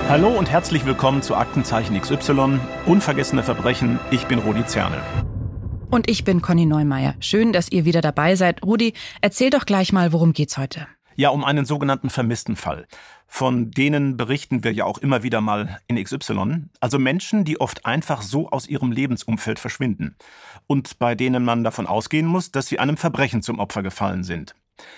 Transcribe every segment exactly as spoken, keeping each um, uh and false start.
Hallo und herzlich willkommen zu Aktenzeichen X Y, unvergessene Verbrechen. Ich bin Rudi Zerne. Und ich bin Conny Neumeier. Schön, dass ihr wieder dabei seid. Rudi, erzähl doch gleich mal, worum geht's heute? Ja, um einen sogenannten Vermisstenfall. Von denen berichten wir ja auch immer wieder mal in X Y. Also Menschen, die oft einfach so aus ihrem Lebensumfeld verschwinden. Und bei denen man davon ausgehen muss, dass sie einem Verbrechen zum Opfer gefallen sind.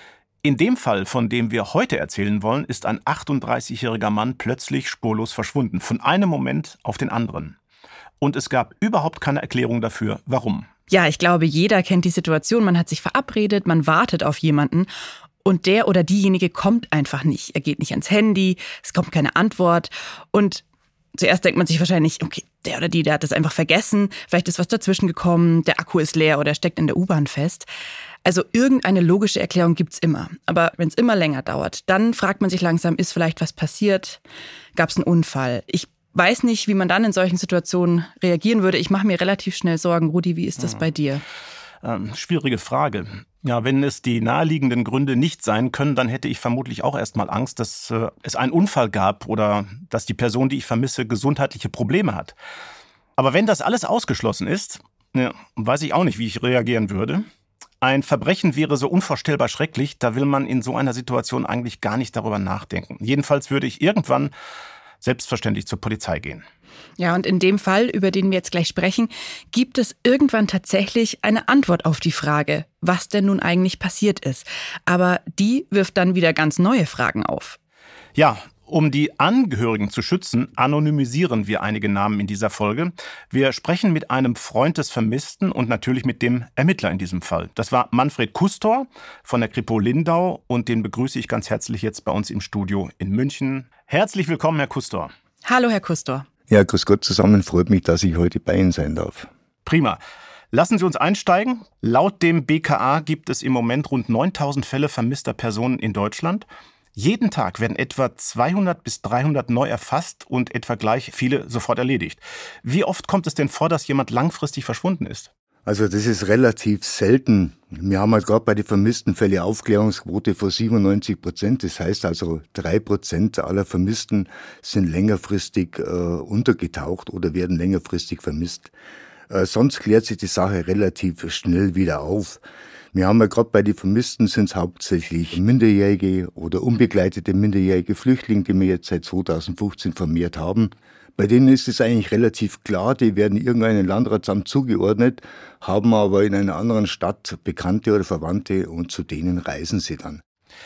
In dem Fall, von dem wir heute erzählen wollen, ist ein achtunddreißigjähriger Mann plötzlich spurlos verschwunden. Von einem Moment auf den anderen. Und es gab überhaupt keine Erklärung dafür, warum. Ja, ich glaube, jeder kennt die Situation. Man hat sich verabredet, man wartet auf jemanden. Und der oder diejenige kommt einfach nicht. Er geht nicht ans Handy, es kommt keine Antwort. Und zuerst denkt man sich wahrscheinlich, okay, der oder die, der hat das einfach vergessen. Vielleicht ist was dazwischen gekommen, der Akku ist leer oder steckt in der U-Bahn fest. Also irgendeine logische Erklärung gibt's immer. Aber wenn es immer länger dauert, dann fragt man sich langsam, ist vielleicht was passiert? Gab es einen Unfall? Ich weiß nicht, wie man dann in solchen Situationen reagieren würde. Ich mache mir relativ schnell Sorgen. Rudi, wie ist das bei dir? Ähm, schwierige Frage. Ja, wenn es die naheliegenden Gründe nicht sein können, dann hätte ich vermutlich auch erstmal Angst, dass äh, es einen Unfall gab oder dass die Person, die ich vermisse, gesundheitliche Probleme hat. Aber wenn das alles ausgeschlossen ist, ja, weiß ich auch nicht, wie ich reagieren würde. Ein Verbrechen wäre so unvorstellbar schrecklich, da will man in so einer Situation eigentlich gar nicht darüber nachdenken. Jedenfalls würde ich irgendwann selbstverständlich zur Polizei gehen. Ja, und in dem Fall, über den wir jetzt gleich sprechen, gibt es irgendwann tatsächlich eine Antwort auf die Frage, was denn nun eigentlich passiert ist. Aber die wirft dann wieder ganz neue Fragen auf. Ja, um die Angehörigen zu schützen, anonymisieren wir einige Namen in dieser Folge. Wir sprechen mit einem Freund des Vermissten und natürlich mit dem Ermittler in diesem Fall. Das war Manfred Kustor von der Kripo Lindau und den begrüße ich ganz herzlich jetzt bei uns im Studio in München. Herzlich willkommen, Herr Kustor. Hallo, Herr Kustor. Ja, grüß Gott zusammen. Freut mich, dass ich heute bei Ihnen sein darf. Prima. Lassen Sie uns einsteigen. Laut dem B K A gibt es im Moment rund neuntausend Fälle vermisster Personen in Deutschland. Jeden Tag werden etwa zweihundert bis dreihundert neu erfasst und etwa gleich viele sofort erledigt. Wie oft kommt es denn vor, dass jemand langfristig verschwunden ist? Also das ist relativ selten. Wir haben halt gerade bei den vermissten Fällen Aufklärungsquote von siebenundneunzig Prozent. Das heißt also, drei Prozent aller Vermissten sind längerfristig äh, untergetaucht oder werden längerfristig vermisst. Äh, sonst klärt sich die Sache relativ schnell wieder auf. Wir haben ja gerade bei den Vermissten sind es hauptsächlich minderjährige oder unbegleitete minderjährige Flüchtlinge, die wir jetzt seit zweitausendfünfzehn vermehrt haben. Bei denen ist es eigentlich relativ klar, die werden irgendeinem Landratsamt zugeordnet, haben aber in einer anderen Stadt Bekannte oder Verwandte und zu denen reisen sie dann.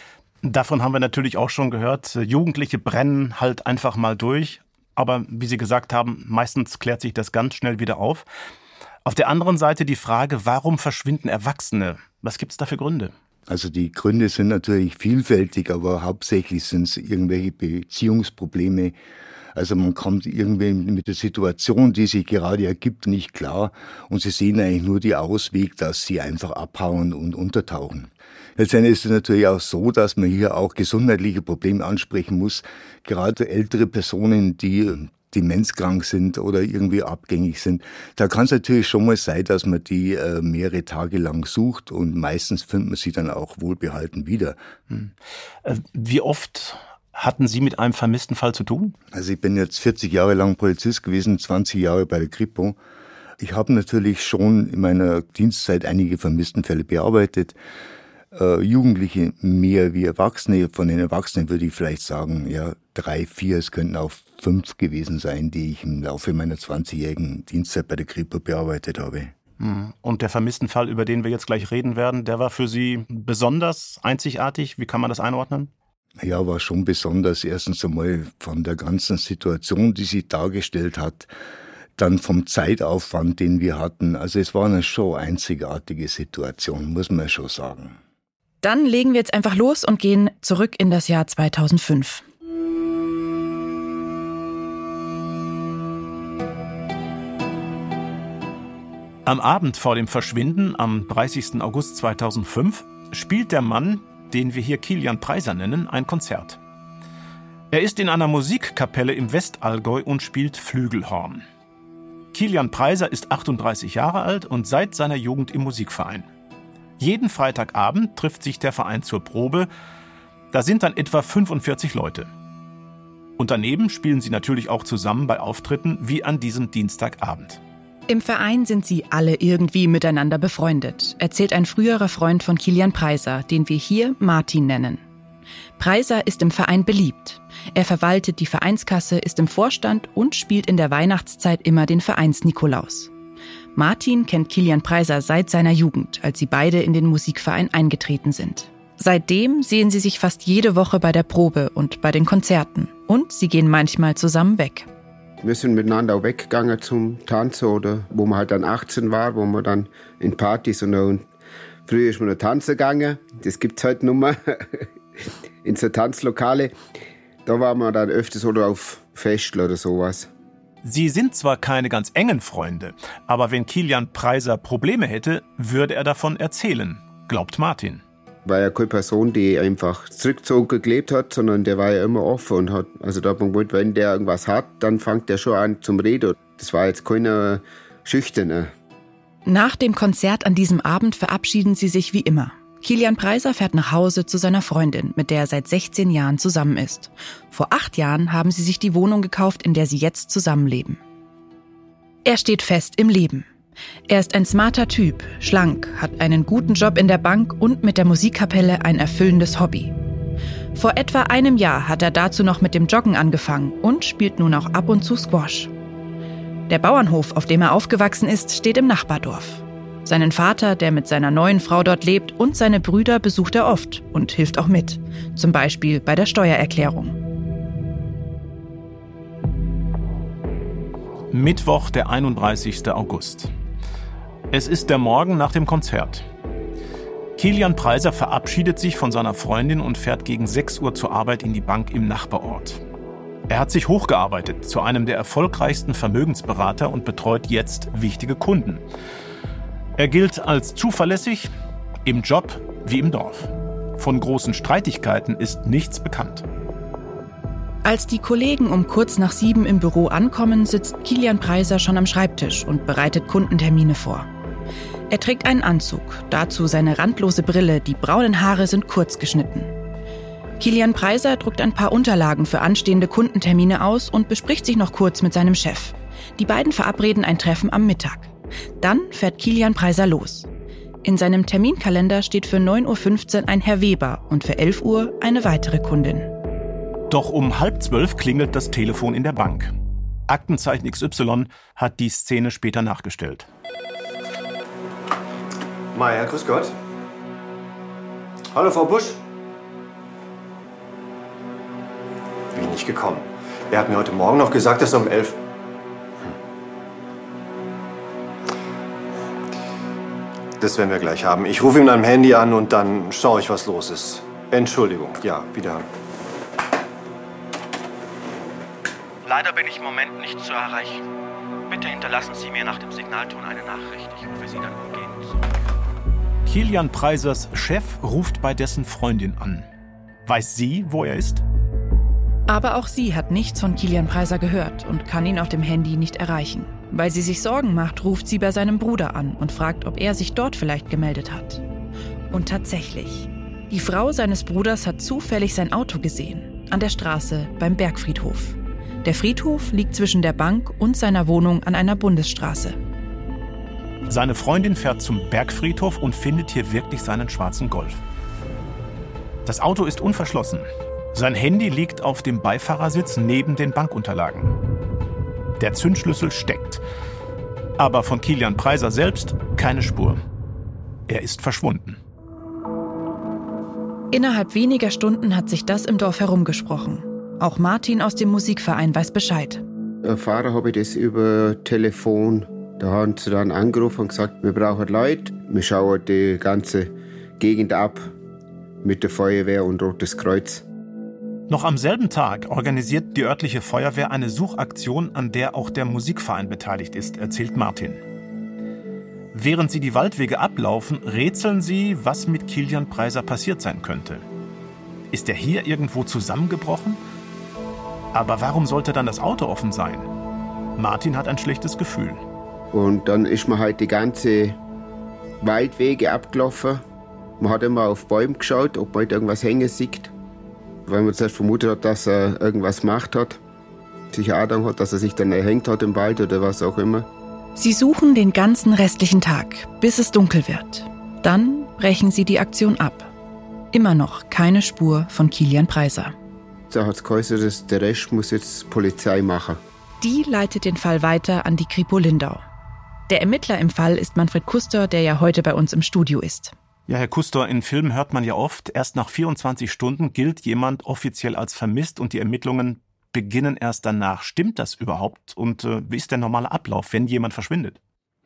Davon haben wir natürlich auch schon gehört. Jugendliche brennen halt einfach mal durch. Aber wie Sie gesagt haben, meistens klärt sich das ganz schnell wieder auf. Auf der anderen Seite die Frage, warum verschwinden Erwachsene? Was gibt es da für Gründe? Also die Gründe sind natürlich vielfältig, aber hauptsächlich sind es irgendwelche Beziehungsprobleme. Also man kommt irgendwie mit der Situation, die sich gerade ergibt, nicht klar. Und sie sehen eigentlich nur die Ausweg, dass sie einfach abhauen und untertauchen. Letztendlich ist es natürlich auch so, dass man hier auch gesundheitliche Probleme ansprechen muss. Gerade ältere Personen, die demenzkrank sind oder irgendwie abgängig sind. Da kann es natürlich schon mal sein, dass man die äh, mehrere Tage lang sucht und meistens findet man sie dann auch wohlbehalten wieder. Hm. Wie oft hatten Sie mit einem vermissten Fall zu tun? Also ich bin jetzt vierzig Jahre lang Polizist gewesen, zwanzig Jahre bei der Kripo. Ich habe natürlich schon in meiner Dienstzeit einige Vermisstenfälle bearbeitet. Äh, Jugendliche mehr wie Erwachsene. Von den Erwachsenen würde ich vielleicht sagen, ja, drei, vier, es könnten auch fünf gewesen sein, die ich im Laufe meiner zwanzigjährigen Dienstzeit bei der Kripo bearbeitet habe. Und der Vermisstenfall, über den wir jetzt gleich reden werden, der war für Sie besonders einzigartig? Wie kann man das einordnen? Ja, war schon besonders. Erstens einmal von der ganzen Situation, die sich dargestellt hat. Dann vom Zeitaufwand, den wir hatten. Also es war eine schon einzigartige Situation, muss man schon sagen. Dann legen wir jetzt einfach los und gehen zurück in das Jahr zweitausendfünf. Am Abend vor dem Verschwinden, am dreißigsten August zweitausendfünf, spielt der Mann, den wir hier Kilian Preiser nennen, ein Konzert. Er ist in einer Musikkapelle im Westallgäu und spielt Flügelhorn. Kilian Preiser ist achtunddreißig Jahre alt und seit seiner Jugend im Musikverein. Jeden Freitagabend trifft sich der Verein zur Probe. Da sind dann etwa fünfundvierzig Leute. Und daneben spielen sie natürlich auch zusammen bei Auftritten wie an diesem Dienstagabend. Im Verein sind sie alle irgendwie miteinander befreundet, erzählt ein früherer Freund von Kilian Preiser, den wir hier Martin nennen. Preiser ist im Verein beliebt. Er verwaltet die Vereinskasse, ist im Vorstand und spielt in der Weihnachtszeit immer den Vereins-Nikolaus. Martin kennt Kilian Preiser seit seiner Jugend, als sie beide in den Musikverein eingetreten sind. Seitdem sehen sie sich fast jede Woche bei der Probe und bei den Konzerten. Und sie gehen manchmal zusammen weg. Wir sind miteinander auch weggegangen zum Tanzen oder wo man halt dann achtzehn war, wo man dann in Partys und, und früher ist man noch tanzen gegangen. Das gibt's heute nicht mehr. In so Tanzlokale. Da waren wir dann öfters oder auf Festeln oder sowas. Sie sind zwar keine ganz engen Freunde, aber wenn Kilian Preiser Probleme hätte, würde er davon erzählen, glaubt Martin. War ja keine Person, die einfach zurückgezogen gelebt hat, sondern der war ja immer offen und hat, also da hat man gewollt, wenn der irgendwas hat, dann fängt der schon an zum Reden. Das war jetzt keiner Schüchterne. Nach dem Konzert an diesem Abend verabschieden sie sich wie immer. Kilian Preiser fährt nach Hause zu seiner Freundin, mit der er seit sechzehn Jahren zusammen ist. Vor acht Jahren haben sie sich die Wohnung gekauft, in der sie jetzt zusammenleben. Er steht fest im Leben. Er ist ein smarter Typ, schlank, hat einen guten Job in der Bank und mit der Musikkapelle ein erfüllendes Hobby. Vor etwa einem Jahr hat er dazu noch mit dem Joggen angefangen und spielt nun auch ab und zu Squash. Der Bauernhof, auf dem er aufgewachsen ist, steht im Nachbardorf. Seinen Vater, der mit seiner neuen Frau dort lebt, und seine Brüder besucht er oft und hilft auch mit. Zum Beispiel bei der Steuererklärung. Mittwoch, der einunddreißigster August. Es ist der Morgen nach dem Konzert. Kilian Preiser verabschiedet sich von seiner Freundin und fährt gegen sechs Uhr zur Arbeit in die Bank im Nachbarort. Er hat sich hochgearbeitet zu einem der erfolgreichsten Vermögensberater und betreut jetzt wichtige Kunden. Er gilt als zuverlässig, im Job wie im Dorf. Von großen Streitigkeiten ist nichts bekannt. Als die Kollegen um kurz nach sieben im Büro ankommen, sitzt Kilian Preiser schon am Schreibtisch und bereitet Kundentermine vor. Er trägt einen Anzug, dazu seine randlose Brille, die braunen Haare sind kurz geschnitten. Kilian Preiser druckt ein paar Unterlagen für anstehende Kundentermine aus und bespricht sich noch kurz mit seinem Chef. Die beiden verabreden ein Treffen am Mittag. Dann fährt Kilian Preiser los. In seinem Terminkalender steht für neun Uhr fünfzehn ein Herr Weber und für elf Uhr eine weitere Kundin. Doch um halb zwölf klingelt das Telefon in der Bank. Aktenzeichen X Y hat die Szene später nachgestellt. Meier, grüß Gott. Hallo, Frau Busch. Bin nicht gekommen. Er hat mir heute Morgen noch gesagt, dass er um elf... Das werden wir gleich haben. Ich rufe ihn am Handy an und dann schaue ich, was los ist. Entschuldigung. Ja, wiederhören. Leider bin ich im Moment nicht zu erreichen. Bitte hinterlassen Sie mir nach dem Signalton eine Nachricht. Ich rufe Sie dann umgehend zurück. Kilian Preisers Chef ruft bei dessen Freundin an. Weiß sie, wo er ist? Aber auch sie hat nichts von Kilian Preiser gehört und kann ihn auf dem Handy nicht erreichen. Weil sie sich Sorgen macht, ruft sie bei seinem Bruder an und fragt, ob er sich dort vielleicht gemeldet hat. Und tatsächlich. Die Frau seines Bruders hat zufällig sein Auto gesehen, an der Straße beim Bergfriedhof. Der Friedhof liegt zwischen der Bank und seiner Wohnung an einer Bundesstraße. Seine Freundin fährt zum Bergfriedhof und findet hier wirklich seinen schwarzen Golf. Das Auto ist unverschlossen. Sein Handy liegt auf dem Beifahrersitz neben den Bankunterlagen. Der Zündschlüssel steckt. Aber von Kilian Preiser selbst keine Spur. Er ist verschwunden. Innerhalb weniger Stunden hat sich das im Dorf herumgesprochen. Auch Martin aus dem Musikverein weiß Bescheid. Erfahren habe ich das über Telefon. Da haben sie dann angerufen und gesagt, wir brauchen Leute. Wir schauen die ganze Gegend ab mit der Feuerwehr und Rotes Kreuz. Noch am selben Tag organisiert die örtliche Feuerwehr eine Suchaktion, an der auch der Musikverein beteiligt ist, erzählt Martin. Während sie die Waldwege ablaufen, rätseln sie, was mit Kilian Preiser passiert sein könnte. Ist er hier irgendwo zusammengebrochen? Aber warum sollte dann das Auto offen sein? Martin hat ein schlechtes Gefühl. Und dann ist man halt die ganze Waldwege abgelaufen. Man hat immer auf Bäume geschaut, ob man irgendwas hängen sieht. weil man zuerst vermutet hat, dass er irgendwas gemacht hat, sich Adam hat, dass er sich dann erhängt hat im Wald oder was auch immer. Sie suchen den ganzen restlichen Tag, bis es dunkel wird. Dann brechen sie die Aktion ab. Immer noch keine Spur von Kilian Preiser. Da hat es geheißen, dass der Rest muss jetzt Polizei machen. Die leitet den Fall weiter an die Kripo Lindau. Der Ermittler im Fall ist Manfred Kuster, der ja heute bei uns im Studio ist. Ja, Herr Kuster, in Filmen hört man ja oft, erst nach vierundzwanzig Stunden gilt jemand offiziell als vermisst und die Ermittlungen beginnen erst danach. Stimmt das überhaupt? Und äh, wie ist der normale Ablauf, wenn jemand verschwindet?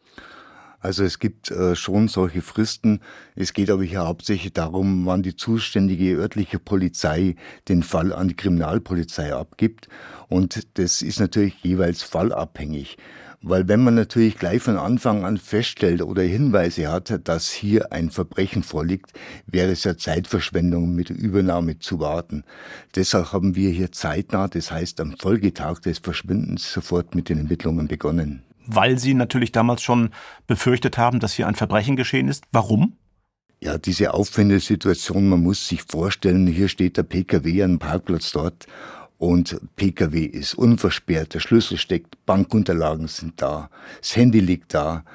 Also es gibt äh, schon solche Fristen. Es geht aber hier hauptsächlich darum, wann die zuständige örtliche Polizei den Fall an die Kriminalpolizei abgibt. Und das ist natürlich jeweils fallabhängig. Weil wenn man natürlich gleich von Anfang an feststellt oder Hinweise hat, dass hier ein Verbrechen vorliegt, wäre es ja Zeitverschwendung, mit der Übernahme zu warten. Deshalb haben wir hier zeitnah, das heißt am Folgetag des Verschwindens, sofort mit den Ermittlungen begonnen. Weil Sie natürlich damals schon befürchtet haben, dass hier ein Verbrechen geschehen ist. Warum? Ja, diese aufwendige Situation, man muss sich vorstellen, hier steht der P K W am Parkplatz dort. Und P K W ist unversperrt, der Schlüssel steckt, Bankunterlagen sind da, das Handy liegt da.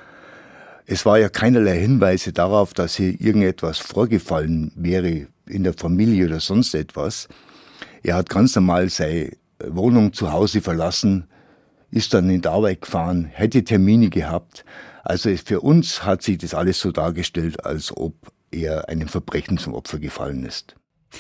Es war ja keinerlei Hinweise darauf, dass hier irgendetwas vorgefallen wäre in der Familie oder sonst etwas. Er hat ganz normal seine Wohnung zu Hause verlassen, ist dann in die Arbeit gefahren, hätte Termine gehabt. Also für uns hat sich das alles so dargestellt, als ob er einem Verbrechen zum Opfer gefallen ist.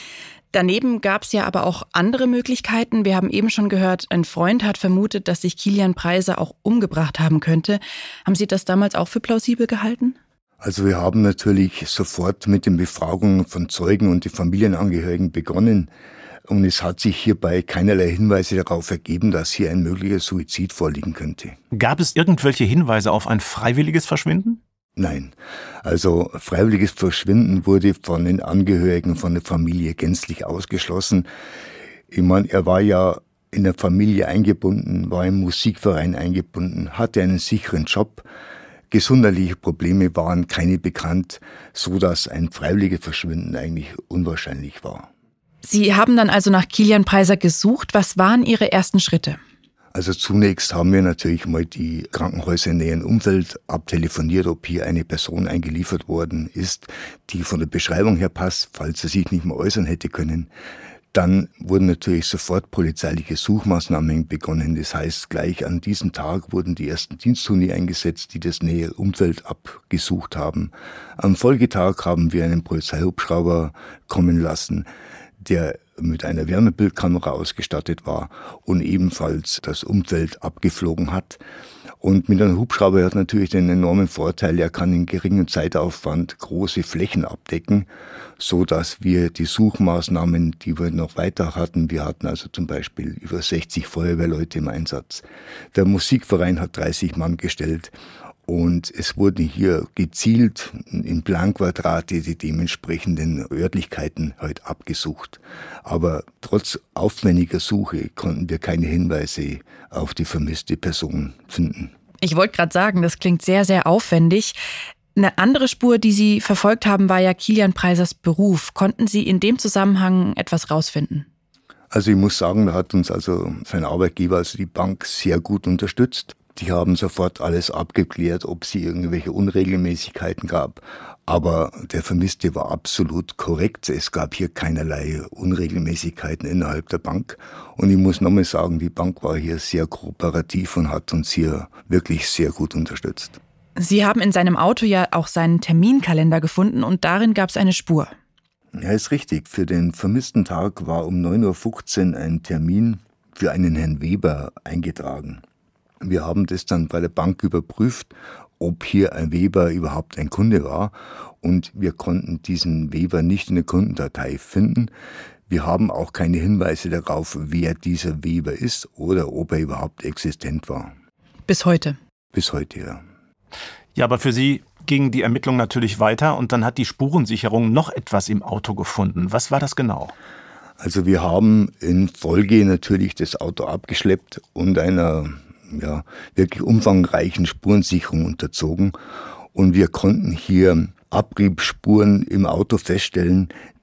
Daneben gab es ja aber auch andere Möglichkeiten. Wir haben eben schon gehört, ein Freund hat vermutet, dass sich Kilian Preiser auch umgebracht haben könnte. Haben Sie das damals auch für plausibel gehalten? Also wir haben natürlich sofort mit den Befragungen von Zeugen und den Familienangehörigen begonnen. Und es hat sich hierbei keinerlei Hinweise darauf ergeben, dass hier ein möglicher Suizid vorliegen könnte. Gab es irgendwelche Hinweise auf ein freiwilliges Verschwinden? Nein, also freiwilliges Verschwinden wurde von den Angehörigen von der Familie gänzlich ausgeschlossen. Ich meine, er war ja in der Familie eingebunden, war im Musikverein eingebunden, hatte einen sicheren Job. Gesundheitliche Probleme waren keine bekannt, so dass ein freiwilliges Verschwinden eigentlich unwahrscheinlich war. Sie haben dann also nach Kilian Preiser gesucht. Was waren Ihre ersten Schritte? Also zunächst haben wir natürlich mal die Krankenhäuser im näheren Umfeld abtelefoniert, ob hier eine Person eingeliefert worden ist, die von der Beschreibung her passt, falls er sich nicht mehr äußern hätte können. Dann wurden natürlich sofort polizeiliche Suchmaßnahmen begonnen. Das heißt, gleich an diesem Tag wurden die ersten Diensthunde eingesetzt, die das nähere Umfeld abgesucht haben. Am Folgetag haben wir einen Polizeihubschrauber kommen lassen, der mit einer Wärmebildkamera ausgestattet war und ebenfalls das Umfeld abgeflogen hat. Und mit einem Hubschrauber hat natürlich den enormen Vorteil, er kann in geringem Zeitaufwand große Flächen abdecken, so dass wir die Suchmaßnahmen, die wir noch weiter hatten, wir hatten also zum Beispiel über sechzig Feuerwehrleute im Einsatz. Der Musikverein hat dreißig Mann gestellt. Und es wurden hier gezielt in Planquadrate die dementsprechenden Örtlichkeiten halt abgesucht. Aber trotz aufwendiger Suche konnten wir keine Hinweise auf die vermisste Person finden. Ich wollte gerade sagen, das klingt sehr, sehr aufwendig. Eine andere Spur, die Sie verfolgt haben, war ja Kilian Preisers Beruf. Konnten Sie in dem Zusammenhang etwas rausfinden? Also ich muss sagen, da hat uns also sein Arbeitgeber, also die Bank, sehr gut unterstützt. Die haben sofort alles abgeklärt, ob es irgendwelche Unregelmäßigkeiten gab. Aber der Vermisste war absolut korrekt. Es gab hier keinerlei Unregelmäßigkeiten innerhalb der Bank. Und ich muss nochmal sagen, die Bank war hier sehr kooperativ und hat uns hier wirklich sehr gut unterstützt. Sie haben in seinem Auto ja auch seinen Terminkalender gefunden und darin gab es eine Spur. Ja, ist richtig. Für den vermissten Tag war um neun Uhr fünfzehn ein Termin für einen Herrn Weber eingetragen. Wir haben das dann bei der Bank überprüft, ob hier ein Weber überhaupt ein Kunde war. Und wir konnten diesen Weber nicht in der Kundendatei finden. Wir haben auch keine Hinweise darauf, wer dieser Weber ist oder ob er überhaupt existent war. Bis heute? Bis heute, ja. Ja, aber für Sie gingen die Ermittlungen natürlich weiter und dann hat die Spurensicherung noch etwas im Auto gefunden. Was war das genau? Also wir haben in Folge natürlich das Auto abgeschleppt und einer ja, wirklich umfangreichen Spurensicherung unterzogen. Und wir konnten hier Abriebsspuren im Auto feststellen,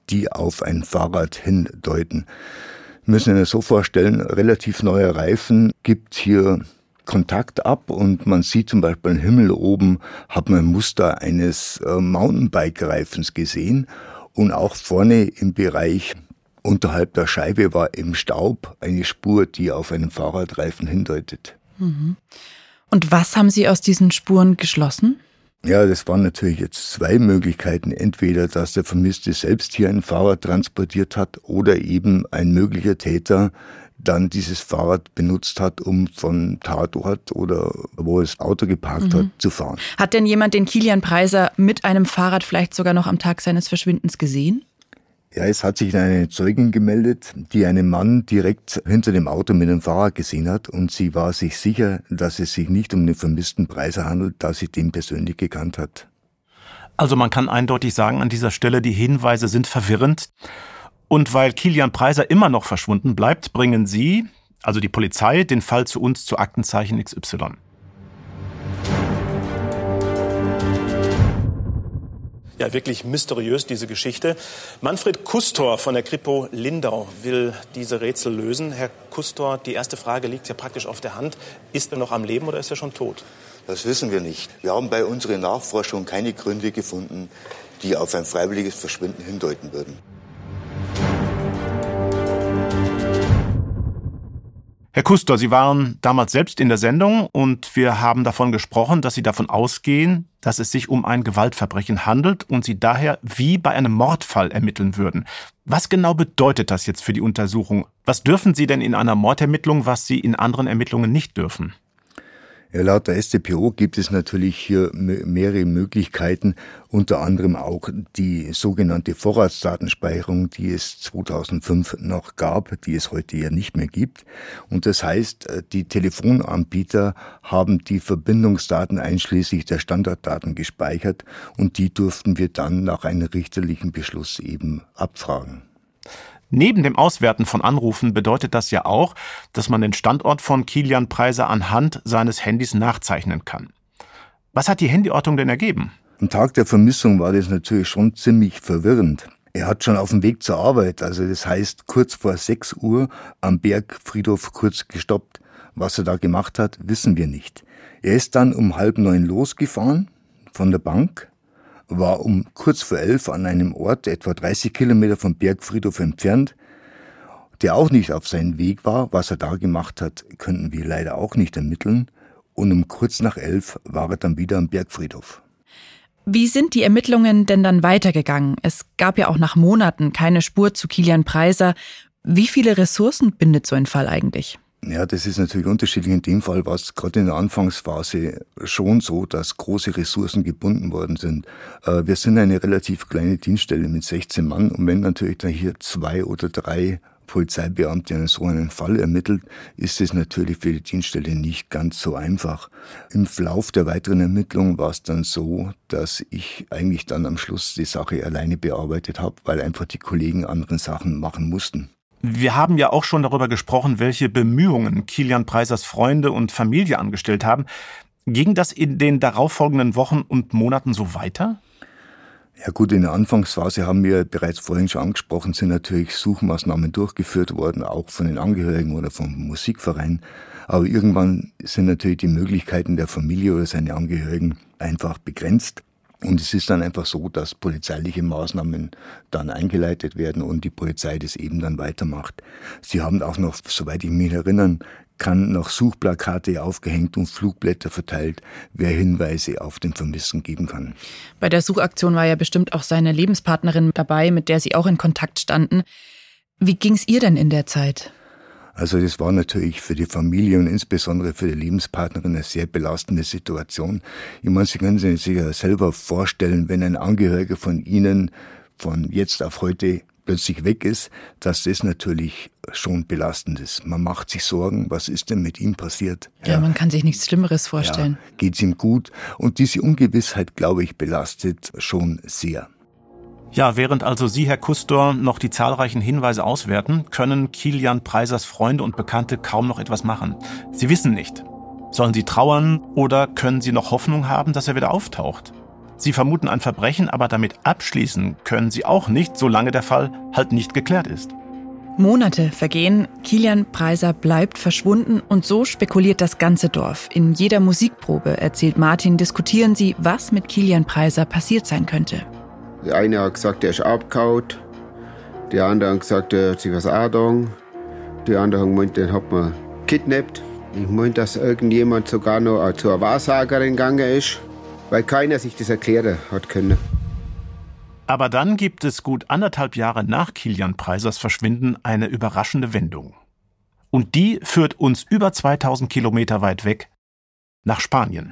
die auf ein Fahrrad hindeuten. Wir müssen uns so vorstellen, relativ neuer Reifen gibt hier Kontakt ab und man sieht zum Beispiel am Himmel oben, hat man ein Muster eines äh, Mountainbike-Reifens gesehen und auch vorne im Bereich unterhalb der Scheibe war im Staub eine Spur, die auf einen Fahrradreifen hindeutet. Mhm. Und was haben Sie aus diesen Spuren geschlossen? Ja, das waren natürlich jetzt zwei Möglichkeiten. Entweder, dass der Vermisste selbst hier ein Fahrrad transportiert hat oder eben ein möglicher Täter dann dieses Fahrrad benutzt hat, um von Tatort oder wo das Auto geparkt mhm. hat, zu fahren. Hat denn jemand den Kilian Preiser mit einem Fahrrad vielleicht sogar noch am Tag seines Verschwindens gesehen? Ja, es hat sich eine Zeugin gemeldet, die einen Mann direkt hinter dem Auto mit dem Fahrrad gesehen hat und sie war sich sicher, dass es sich nicht um den vermissten Preiser handelt, da sie den persönlich gekannt hat. Also man kann eindeutig sagen, an dieser Stelle, die Hinweise sind verwirrend. Und weil Kilian Preiser immer noch verschwunden bleibt, bringen Sie, also die Polizei, den Fall zu uns zu Aktenzeichen X Y. Ja, wirklich mysteriös, diese Geschichte. Manfred Kustor von der Kripo Lindau will diese Rätsel lösen. Herr Kustor, die erste Frage liegt ja praktisch auf der Hand. Ist er noch am Leben oder ist er schon tot? Das wissen wir nicht. Wir haben bei unserer Nachforschung keine Gründe gefunden, die auf ein freiwilliges Verschwinden hindeuten würden. Herr Kustor, Sie waren damals selbst in der Sendung und wir haben davon gesprochen, dass Sie davon ausgehen, dass es sich um ein Gewaltverbrechen handelt und Sie daher wie bei einem Mordfall ermitteln würden. Was genau bedeutet das jetzt für die Untersuchung? Was dürfen Sie denn in einer Mordermittlung, was Sie in anderen Ermittlungen nicht dürfen? Ja, laut der S t P O gibt es natürlich hier mehrere Möglichkeiten, unter anderem auch die sogenannte Vorratsdatenspeicherung, die es zweitausendfünf noch gab, die es heute ja nicht mehr gibt. Und das heißt, die Telefonanbieter haben die Verbindungsdaten einschließlich der Standortdaten gespeichert und die durften wir dann nach einem richterlichen Beschluss eben abfragen. Neben dem Auswerten von Anrufen bedeutet das ja auch, dass man den Standort von Kilian Preiser anhand seines Handys nachzeichnen kann. Was hat die Handyortung denn ergeben? Am Tag der Vermissung war das natürlich schon ziemlich verwirrend. Er hat schon auf dem Weg zur Arbeit, also das heißt kurz vor sechs Uhr am Bergfriedhof kurz gestoppt. Was er da gemacht hat, wissen wir nicht. Er ist dann um halb neun losgefahren von der Bank, war um kurz vor elf an einem Ort, etwa dreißig Kilometer vom Bergfriedhof entfernt, der auch nicht auf seinem Weg war. Was er da gemacht hat, könnten wir leider auch nicht ermitteln. Und um kurz nach elf war er dann wieder am Bergfriedhof. Wie sind die Ermittlungen denn dann weitergegangen? Es gab ja auch nach Monaten keine Spur zu Kilian Preiser. Wie viele Ressourcen bindet so ein Fall eigentlich? Ja, das ist natürlich unterschiedlich. In dem Fall war es gerade in der Anfangsphase schon so, dass große Ressourcen gebunden worden sind. Wir sind eine relativ kleine Dienststelle mit sechzehn Mann und wenn natürlich da hier zwei oder drei Polizeibeamte einen so einen Fall ermittelt, ist es natürlich für die Dienststelle nicht ganz so einfach. Im Verlauf der weiteren Ermittlungen war es dann so, dass ich eigentlich dann am Schluss die Sache alleine bearbeitet habe, weil einfach die Kollegen andere Sachen machen mussten. Wir haben ja auch schon darüber gesprochen, welche Bemühungen Kilian Preisers Freunde und Familie angestellt haben. Ging das in den darauffolgenden Wochen und Monaten so weiter? Ja gut, in der Anfangsphase haben wir bereits vorhin schon angesprochen, sind natürlich Suchmaßnahmen durchgeführt worden, auch von den Angehörigen oder vom Musikverein. Aber irgendwann sind natürlich die Möglichkeiten der Familie oder seine Angehörigen einfach begrenzt. Und es ist dann einfach so, dass polizeiliche Maßnahmen dann eingeleitet werden und die Polizei das eben dann weitermacht. Sie haben auch noch, soweit ich mich erinnern kann, noch Suchplakate aufgehängt und Flugblätter verteilt, wer Hinweise auf den Vermissten geben kann. Bei der Suchaktion war ja bestimmt auch seine Lebenspartnerin dabei, mit der Sie auch in Kontakt standen. Wie ging's ihr denn in der Zeit? Also das war natürlich für die Familie und insbesondere für die Lebenspartnerin eine sehr belastende Situation. Ich meine, Sie können sich ja selber vorstellen, wenn ein Angehöriger von Ihnen von jetzt auf heute plötzlich weg ist, dass das natürlich schon belastend ist. Man macht sich Sorgen, was ist denn mit ihm passiert? Ja, ja. Man kann sich nichts Schlimmeres vorstellen. Ja, geht's ihm gut? Und diese Ungewissheit, glaube ich, belastet schon sehr. Ja, während also Sie, Herr Kustor, noch die zahlreichen Hinweise auswerten, können Kilian Preisers Freunde und Bekannte kaum noch etwas machen. Sie wissen nicht, sollen sie trauern oder können sie noch Hoffnung haben, dass er wieder auftaucht? Sie vermuten ein Verbrechen, aber damit abschließen können sie auch nicht, solange der Fall halt nicht geklärt ist. Monate vergehen, Kilian Preiser bleibt verschwunden und so spekuliert das ganze Dorf. In jeder Musikprobe, erzählt Martin, diskutieren sie, was mit Kilian Preiser passiert sein könnte. Der eine hat gesagt, er ist abgehauen. Der andere hat gesagt, er hat sich was angetan. Die andere haben gemeint, den hat man kidnappt. Ich meine, dass irgendjemand sogar noch zur Wahrsagerin gegangen ist, weil keiner sich das erklären hat können. Aber dann gibt es gut anderthalb Jahre nach Kilian Preisers Verschwinden eine überraschende Wendung. Und die führt uns über zweitausend Kilometer weit weg nach Spanien.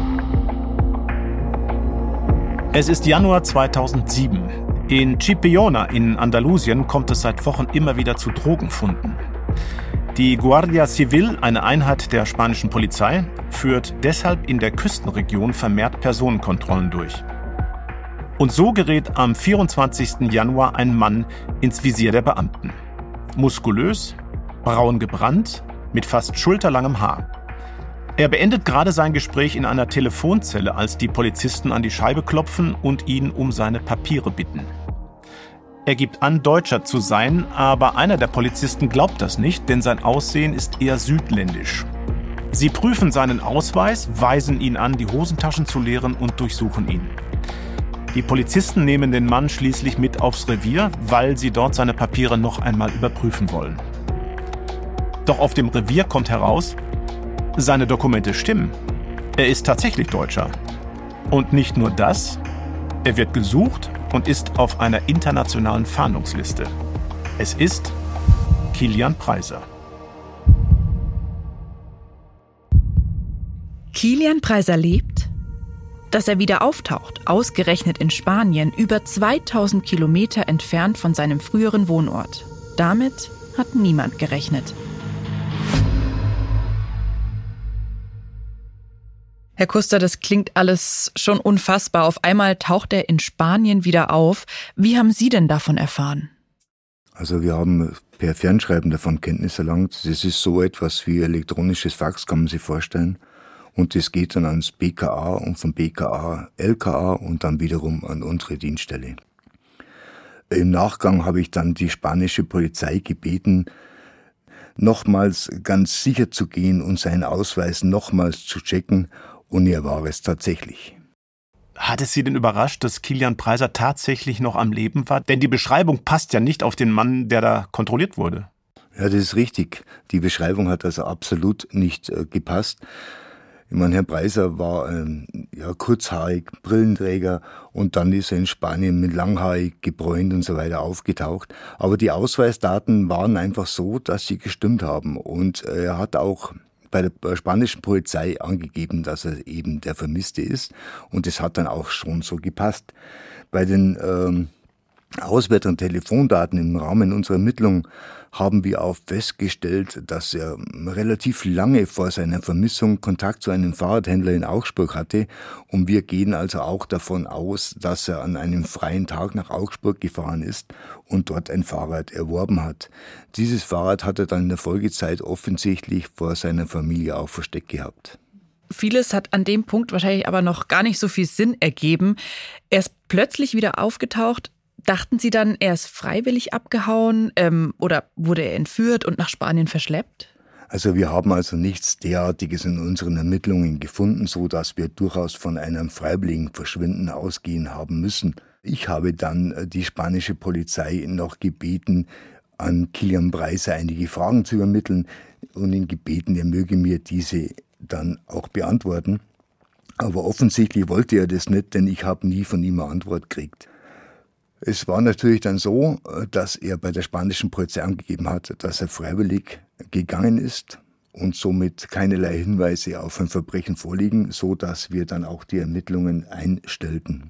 Es ist Januar zweitausendsieben. In Chipiona in Andalusien kommt es seit Wochen immer wieder zu Drogenfunden. Die Guardia Civil, eine Einheit der spanischen Polizei, führt deshalb in der Küstenregion vermehrt Personenkontrollen durch. Und so gerät am vierundzwanzigsten Januar ein Mann ins Visier der Beamten. Muskulös, braun gebrannt, mit fast schulterlangem Haar. Er beendet gerade sein Gespräch in einer Telefonzelle, als die Polizisten an die Scheibe klopfen und ihn um seine Papiere bitten. Er gibt an, Deutscher zu sein, aber einer der Polizisten glaubt das nicht, denn sein Aussehen ist eher südländisch. Sie prüfen seinen Ausweis, weisen ihn an, die Hosentaschen zu leeren und durchsuchen ihn. Die Polizisten nehmen den Mann schließlich mit aufs Revier, weil sie dort seine Papiere noch einmal überprüfen wollen. Doch auf dem Revier kommt heraus, seine Dokumente stimmen. Er ist tatsächlich Deutscher. Und nicht nur das, er wird gesucht und ist auf einer internationalen Fahndungsliste. Es ist Kilian Preiser. Kilian Preiser lebt? Dass er wieder auftaucht, ausgerechnet in Spanien, über zweitausend Kilometer entfernt von seinem früheren Wohnort. Damit hat niemand gerechnet. Herr Kuster, das klingt alles schon unfassbar. Auf einmal taucht er in Spanien wieder auf. Wie haben Sie denn davon erfahren? Also wir haben per Fernschreiben davon Kenntnis erlangt. Das ist so etwas wie elektronisches Fax, kann man sich vorstellen. Und das geht dann ans B K A und vom B K A L K A und dann wiederum an unsere Dienststelle. Im Nachgang habe ich dann die spanische Polizei gebeten, nochmals ganz sicher zu gehen und seinen Ausweis nochmals zu checken. Und er war es tatsächlich. Hat es Sie denn überrascht, dass Kilian Preiser tatsächlich noch am Leben war? Denn die Beschreibung passt ja nicht auf den Mann, der da kontrolliert wurde. Ja, das ist richtig. Die Beschreibung hat also absolut nicht äh, gepasst. Ich meine, Herr Preiser war ähm, ja, kurzhaarig, Brillenträger und dann ist er in Spanien mit langhaarig, gebräunt und so weiter aufgetaucht. Aber die Ausweisdaten waren einfach so, dass sie gestimmt haben. Und äh, er hat auch bei der spanischen Polizei angegeben, dass er eben der Vermisste ist. Und das hat dann auch schon so gepasst. Bei den ähm, Auswertungen Telefondaten im Rahmen unserer Ermittlung haben wir auch festgestellt, dass er relativ lange vor seiner Vermissung Kontakt zu einem Fahrradhändler in Augsburg hatte. Und wir gehen also auch davon aus, dass er an einem freien Tag nach Augsburg gefahren ist und dort ein Fahrrad erworben hat. Dieses Fahrrad hat er dann in der Folgezeit offensichtlich vor seiner Familie auch versteckt gehabt. Vieles hat an dem Punkt wahrscheinlich aber noch gar nicht so viel Sinn ergeben. Er ist plötzlich wieder aufgetaucht. Dachten Sie dann, er ist freiwillig abgehauen ähm, oder wurde er entführt und nach Spanien verschleppt? Also wir haben also nichts derartiges in unseren Ermittlungen gefunden, so dass wir durchaus von einem freiwilligen Verschwinden ausgehen haben müssen. Ich habe dann die spanische Polizei noch gebeten, an Kilian Preiser einige Fragen zu übermitteln und ihn gebeten, er möge mir diese dann auch beantworten. Aber offensichtlich wollte er das nicht, denn ich habe nie von ihm eine Antwort gekriegt. Es war natürlich dann so, dass er bei der spanischen Polizei angegeben hat, dass er freiwillig gegangen ist und somit keinerlei Hinweise auf ein Verbrechen vorliegen, so dass wir dann auch die Ermittlungen einstellten.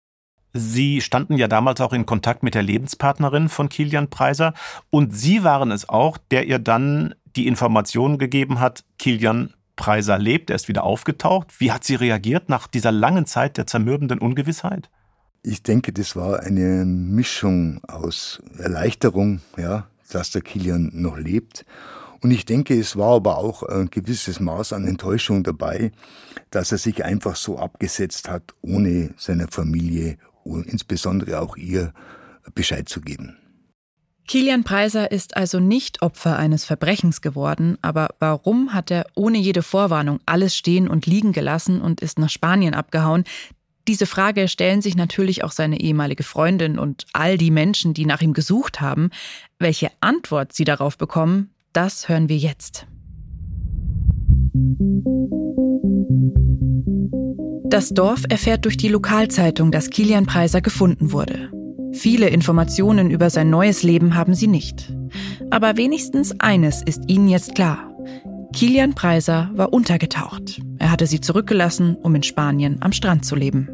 Sie standen ja damals auch in Kontakt mit der Lebenspartnerin von Kilian Preiser und Sie waren es auch, der ihr dann die Informationen gegeben hat, Kilian Preiser lebt, er ist wieder aufgetaucht. Wie hat sie reagiert nach dieser langen Zeit der zermürbenden Ungewissheit? Ich denke, das war eine Mischung aus Erleichterung, ja, dass der Kilian noch lebt Und ich denke, es war aber auch ein gewisses Maß an Enttäuschung dabei, dass er sich einfach so abgesetzt hat, ohne seiner Familie und insbesondere auch ihr Bescheid zu geben. Kilian Preiser ist also nicht Opfer eines Verbrechens geworden, aber warum hat er ohne jede Vorwarnung alles stehen und liegen gelassen und ist nach Spanien abgehauen? Diese Frage stellen sich natürlich auch seine ehemalige Freundin und all die Menschen, die nach ihm gesucht haben. Welche Antwort sie darauf bekommen, das hören wir jetzt. Das Dorf erfährt durch die Lokalzeitung, dass Kilian Preiser gefunden wurde. Viele Informationen über sein neues Leben haben sie nicht. Aber wenigstens eines ist ihnen jetzt klar. Kilian Preiser war untergetaucht. Er hatte sie zurückgelassen, um in Spanien am Strand zu leben.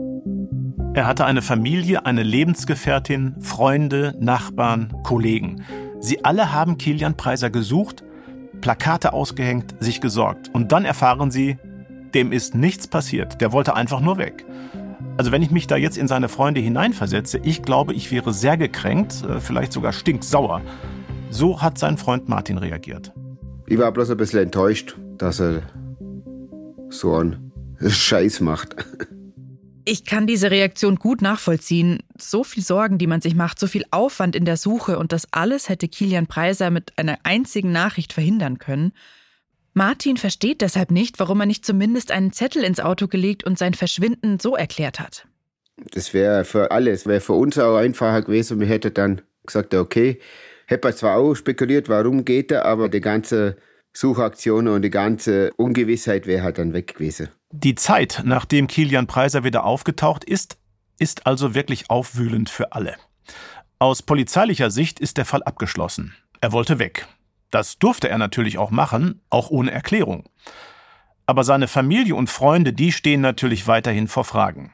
Er hatte eine Familie, eine Lebensgefährtin, Freunde, Nachbarn, Kollegen. Sie alle haben Kilian Preiser gesucht, Plakate ausgehängt, sich gesorgt. Und dann erfahren sie, dem ist nichts passiert. Der wollte einfach nur weg. Also wenn ich mich da jetzt in seine Freunde hineinversetze, ich glaube, ich wäre sehr gekränkt, vielleicht sogar stinksauer. So hat sein Freund Martin reagiert. Ich war bloß ein bisschen enttäuscht, dass er so einen Scheiß macht. Ich kann diese Reaktion gut nachvollziehen. So viel Sorgen, die man sich macht, so viel Aufwand in der Suche und das alles hätte Kilian Preiser mit einer einzigen Nachricht verhindern können. Martin versteht deshalb nicht, warum er nicht zumindest einen Zettel ins Auto gelegt und sein Verschwinden so erklärt hat. Das wäre für alles, wäre für uns auch einfacher gewesen. Wir hätten dann gesagt, okay, hätte zwar auch spekuliert, warum geht er, aber die ganze Suchaktion und die ganze Ungewissheit wäre halt dann weg gewesen. Die Zeit, nachdem Kilian Preiser wieder aufgetaucht ist, ist also wirklich aufwühlend für alle. Aus polizeilicher Sicht ist der Fall abgeschlossen. Er wollte weg. Das durfte er natürlich auch machen, auch ohne Erklärung. Aber seine Familie und Freunde, die stehen natürlich weiterhin vor Fragen.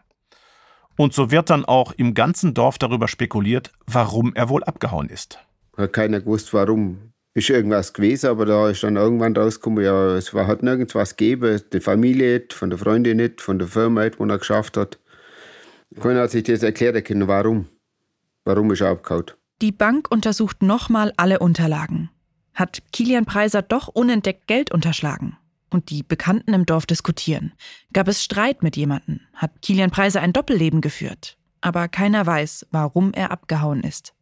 Und so wird dann auch im ganzen Dorf darüber spekuliert, warum er wohl abgehauen ist. Hat keiner gewusst, warum. Ist irgendwas gewesen, aber da ist dann irgendwann rausgekommen, ja, es war, hat nirgends was gegeben. Die Familie nicht, von der Freundin nicht, von der Firma nicht, wo er geschafft hat. Keiner hat sich das erklären können, warum. Warum ist er abgehauen. Die Bank untersucht nochmal alle Unterlagen. Hat Kilian Preiser doch unentdeckt Geld unterschlagen? Und die Bekannten im Dorf diskutieren. Gab es Streit mit jemandem? Hat Kilian Preiser ein Doppelleben geführt? Aber keiner weiß, warum er abgehauen ist.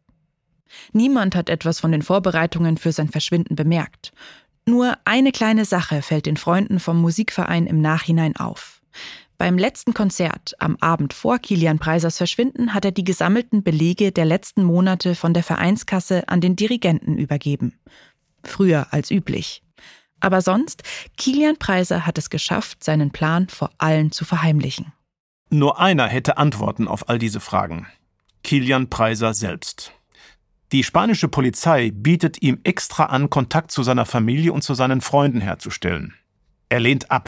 Niemand hat etwas von den Vorbereitungen für sein Verschwinden bemerkt. Nur eine kleine Sache fällt den Freunden vom Musikverein im Nachhinein auf. Beim letzten Konzert, am Abend vor Kilian Preisers Verschwinden, hat er die gesammelten Belege der letzten Monate von der Vereinskasse an den Dirigenten übergeben. Früher als üblich. Aber sonst, Kilian Preiser hat es geschafft, seinen Plan vor allen zu verheimlichen. Nur einer hätte Antworten auf all diese Fragen. Kilian Preiser selbst. Die spanische Polizei bietet ihm extra an, Kontakt zu seiner Familie und zu seinen Freunden herzustellen. Er lehnt ab.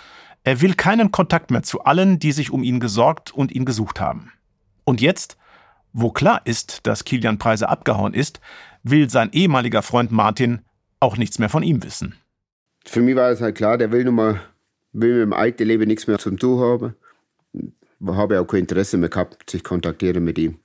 Er will keinen Kontakt mehr zu allen, die sich um ihn gesorgt und ihn gesucht haben. Und jetzt, wo klar ist, dass Kilian Preiser abgehauen ist, will sein ehemaliger Freund Martin auch nichts mehr von ihm wissen. Für mich war es halt klar, der will, nur mal, will mit dem alten Leben nichts mehr zu tun haben. Ich habe auch kein Interesse mehr gehabt, sich kontaktieren mit ihm.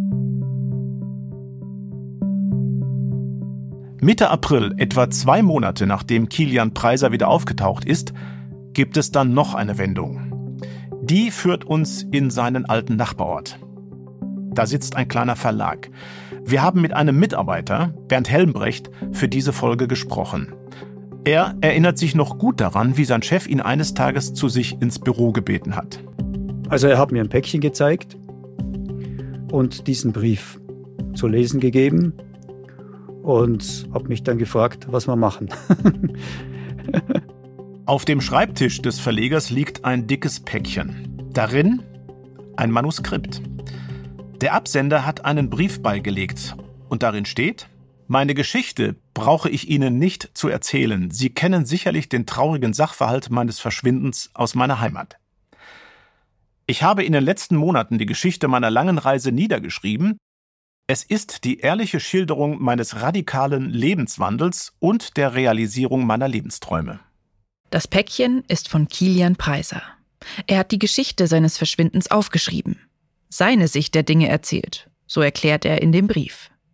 Mitte April, etwa zwei Monate nachdem Kilian Preiser wieder aufgetaucht ist, gibt es dann noch eine Wendung. Die führt uns in seinen alten Nachbarort. Da sitzt ein kleiner Verlag. Wir haben mit einem Mitarbeiter, Bernd Helmbrecht, für diese Folge gesprochen. Er erinnert sich noch gut daran, wie sein Chef ihn eines Tages zu sich ins Büro gebeten hat. Also er hat mir ein Päckchen gezeigt und diesen Brief zu lesen gegeben und hat mich dann gefragt, was wir machen. Auf dem Schreibtisch des Verlegers liegt ein dickes Päckchen. Darin ein Manuskript. Der Absender hat einen Brief beigelegt und darin steht: Meine Geschichte brauche ich Ihnen nicht zu erzählen. Sie kennen sicherlich den traurigen Sachverhalt meines Verschwindens aus meiner Heimat. Ich habe in den letzten Monaten die Geschichte meiner langen Reise niedergeschrieben. Es ist die ehrliche Schilderung meines radikalen Lebenswandels und der Realisierung meiner Lebensträume. Das Päckchen ist von Kilian Preiser. Er hat die Geschichte seines Verschwindens aufgeschrieben. Seine Sicht der Dinge erzählt, so erklärt er in dem Brief.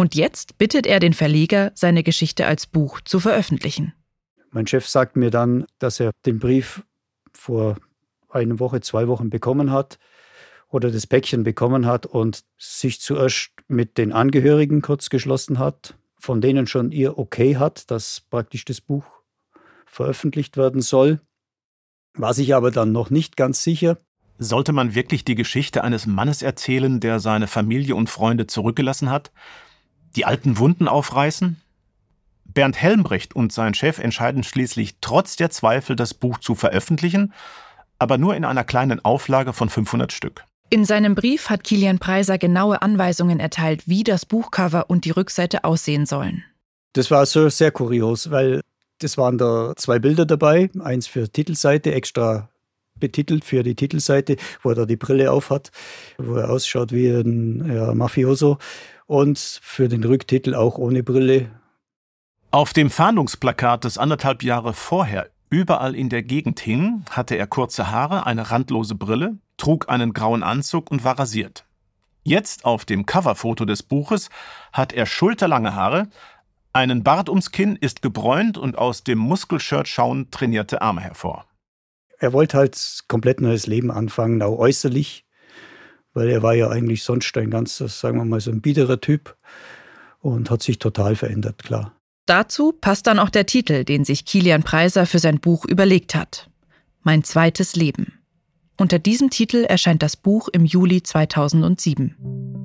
Und jetzt bittet er den Verleger, seine Geschichte als Buch zu veröffentlichen. Mein Chef sagt mir dann, dass er den Brief vor einer Woche, zwei Wochen bekommen hat oder das Päckchen bekommen hat und sich zuerst mit den Angehörigen kurz geschlossen hat, von denen schon ihr Okay hat, dass praktisch das Buch veröffentlicht werden soll. War sich aber dann noch nicht ganz sicher. Sollte man wirklich die Geschichte eines Mannes erzählen, der seine Familie und Freunde zurückgelassen hat? Die alten Wunden aufreißen? Bernd Helmbrecht und sein Chef entscheiden schließlich trotz der Zweifel, das Buch zu veröffentlichen, aber nur in einer kleinen Auflage von fünfhundert Stück. In seinem Brief hat Kilian Preiser genaue Anweisungen erteilt, wie das Buchcover und die Rückseite aussehen sollen. Das war so sehr kurios, weil das waren da zwei Bilder dabei, eins für Titelseite, extra betitelt für die Titelseite, wo er da die Brille aufhat, wo er ausschaut wie ein ja, Mafioso, und für den Rücktitel auch ohne Brille. Auf dem Fahndungsplakat, das anderthalb Jahre vorher überall in der Gegend hing, hatte er kurze Haare, eine randlose Brille, trug einen grauen Anzug und war rasiert. Jetzt auf dem Coverfoto des Buches hat er schulterlange Haare, einen Bart ums Kinn, ist gebräunt und aus dem Muskelshirt schauen trainierte Arme hervor. Er wollte halt komplett neues Leben anfangen, auch äußerlich, weil er war ja eigentlich sonst ein ganz, sagen wir mal, so ein biederer Typ und hat sich total verändert, klar. Dazu passt dann auch der Titel, den sich Kilian Preiser für sein Buch überlegt hat. Mein zweites Leben. Unter diesem Titel erscheint das Buch im Juli zweitausendsieben.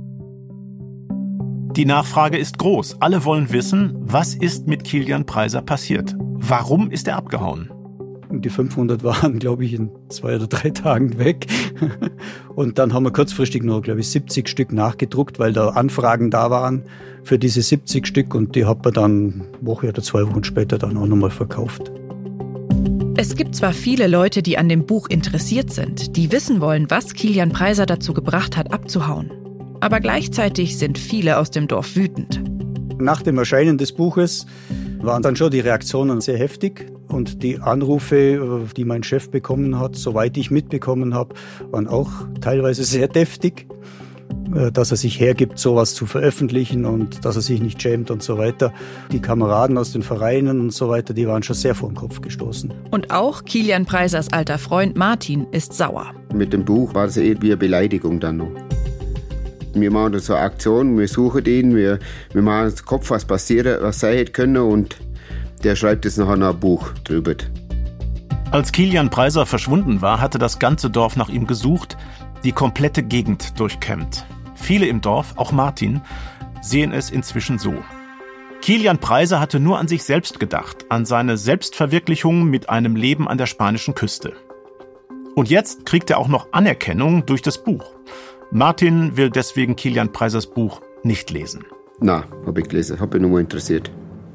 Die Nachfrage ist groß. Alle wollen wissen, was ist mit Kilian Preiser passiert? Warum ist er abgehauen? Die fünfhundert waren, glaube ich, in zwei oder drei Tagen weg. Und dann haben wir kurzfristig noch, glaube ich, siebzig Stück nachgedruckt, weil da Anfragen da waren für diese siebzig Stück. Und die hat man dann eine Woche oder zwei Wochen später dann auch nochmal verkauft. Es gibt zwar viele Leute, die an dem Buch interessiert sind, die wissen wollen, was Kilian Preiser dazu gebracht hat, abzuhauen. Aber gleichzeitig sind viele aus dem Dorf wütend. Nach dem Erscheinen des Buches waren dann schon die Reaktionen sehr heftig. Und die Anrufe, die mein Chef bekommen hat, soweit ich mitbekommen habe, waren auch teilweise sehr deftig. Dass er sich hergibt, sowas zu veröffentlichen und dass er sich nicht schämt und so weiter. Die Kameraden aus den Vereinen und so weiter, die waren schon sehr vor den Kopf gestoßen. Und auch Kilian Preisers alter Freund Martin ist sauer. Mit dem Buch war es eher wie eine Beleidigung dann noch. Wir machen so eine Aktion, wir suchen ihn, wir, wir machen uns den Kopf, was passiert, was sein hätte können, und der schreibt jetzt nachher noch ein Buch drüber. Als Kilian Preiser verschwunden war, hatte das ganze Dorf nach ihm gesucht, die komplette Gegend durchkämmt. Viele im Dorf, auch Martin, sehen es inzwischen so. Kilian Preiser hatte nur an sich selbst gedacht, an seine Selbstverwirklichung mit einem Leben an der spanischen Küste. Und jetzt kriegt er auch noch Anerkennung durch das Buch. Martin will deswegen Kilian Preisers Buch nicht lesen. Nein, habe ich gelesen, habe mich nur interessiert.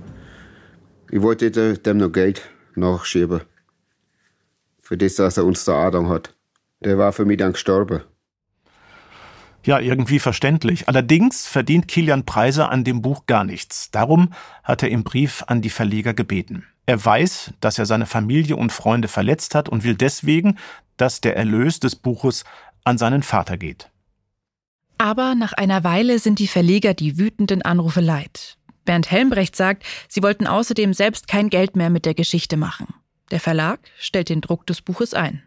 Ich wollte dem noch Geld nachschieben. Für das, dass er uns da Adam hat. Der war für mich dann gestorben. Ja, irgendwie verständlich. Allerdings verdient Kilian Preiser an dem Buch gar nichts. Darum hat er im Brief an die Verleger gebeten. Er weiß, dass er seine Familie und Freunde verletzt hat und will deswegen, dass der Erlös des Buches an seinen Vater geht. Aber nach einer Weile sind die Verleger die wütenden Anrufe leid. Bernd Helmbrecht sagt, sie wollten außerdem selbst kein Geld mehr mit der Geschichte machen. Der Verlag stellt den Druck des Buches ein.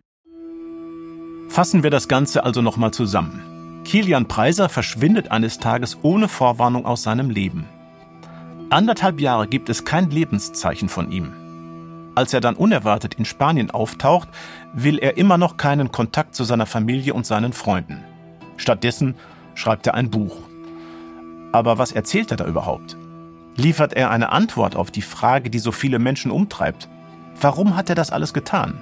Fassen wir das Ganze also nochmal zusammen. Kilian Preiser verschwindet eines Tages ohne Vorwarnung aus seinem Leben. Anderthalb Jahre gibt es kein Lebenszeichen von ihm. Als er dann unerwartet in Spanien auftaucht, will er immer noch keinen Kontakt zu seiner Familie und seinen Freunden. Stattdessen schreibt er ein Buch. Aber was erzählt er da überhaupt? Liefert er eine Antwort auf die Frage, die so viele Menschen umtreibt? Warum hat er das alles getan?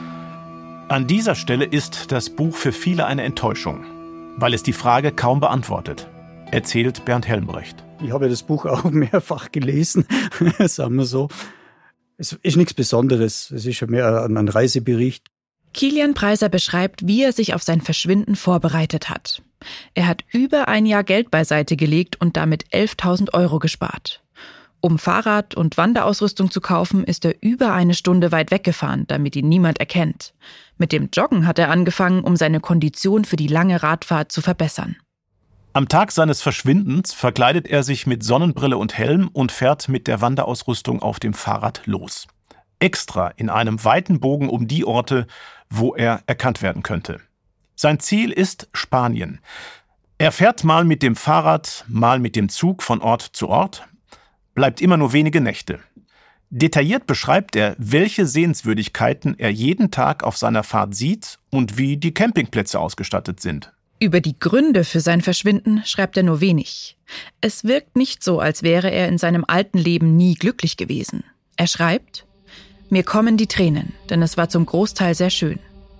An dieser Stelle ist das Buch für viele eine Enttäuschung, weil es die Frage kaum beantwortet, erzählt Bernd Helmbrecht. Ich habe das Buch auch mehrfach gelesen, sagen wir so. Es ist nichts Besonderes, es ist mehr ein Reisebericht. Kilian Preiser beschreibt, wie er sich auf sein Verschwinden vorbereitet hat. Er hat über ein Jahr Geld beiseite gelegt und damit elftausend Euro gespart. Um Fahrrad- und Wanderausrüstung zu kaufen, ist er über eine Stunde weit weggefahren, damit ihn niemand erkennt. Mit dem Joggen hat er angefangen, um seine Kondition für die lange Radfahrt zu verbessern. Am Tag seines Verschwindens verkleidet er sich mit Sonnenbrille und Helm und fährt mit der Wanderausrüstung auf dem Fahrrad los. Extra in einem weiten Bogen um die Orte, wo er erkannt werden könnte. Sein Ziel ist Spanien. Er fährt mal mit dem Fahrrad, mal mit dem Zug von Ort zu Ort, bleibt immer nur wenige Nächte. Detailliert beschreibt er, welche Sehenswürdigkeiten er jeden Tag auf seiner Fahrt sieht und wie die Campingplätze ausgestattet sind. Über die Gründe für sein Verschwinden schreibt er nur wenig. Es wirkt nicht so, als wäre er in seinem alten Leben nie glücklich gewesen. Er schreibt: Mir kommen die Tränen, denn es war zum Großteil sehr schön.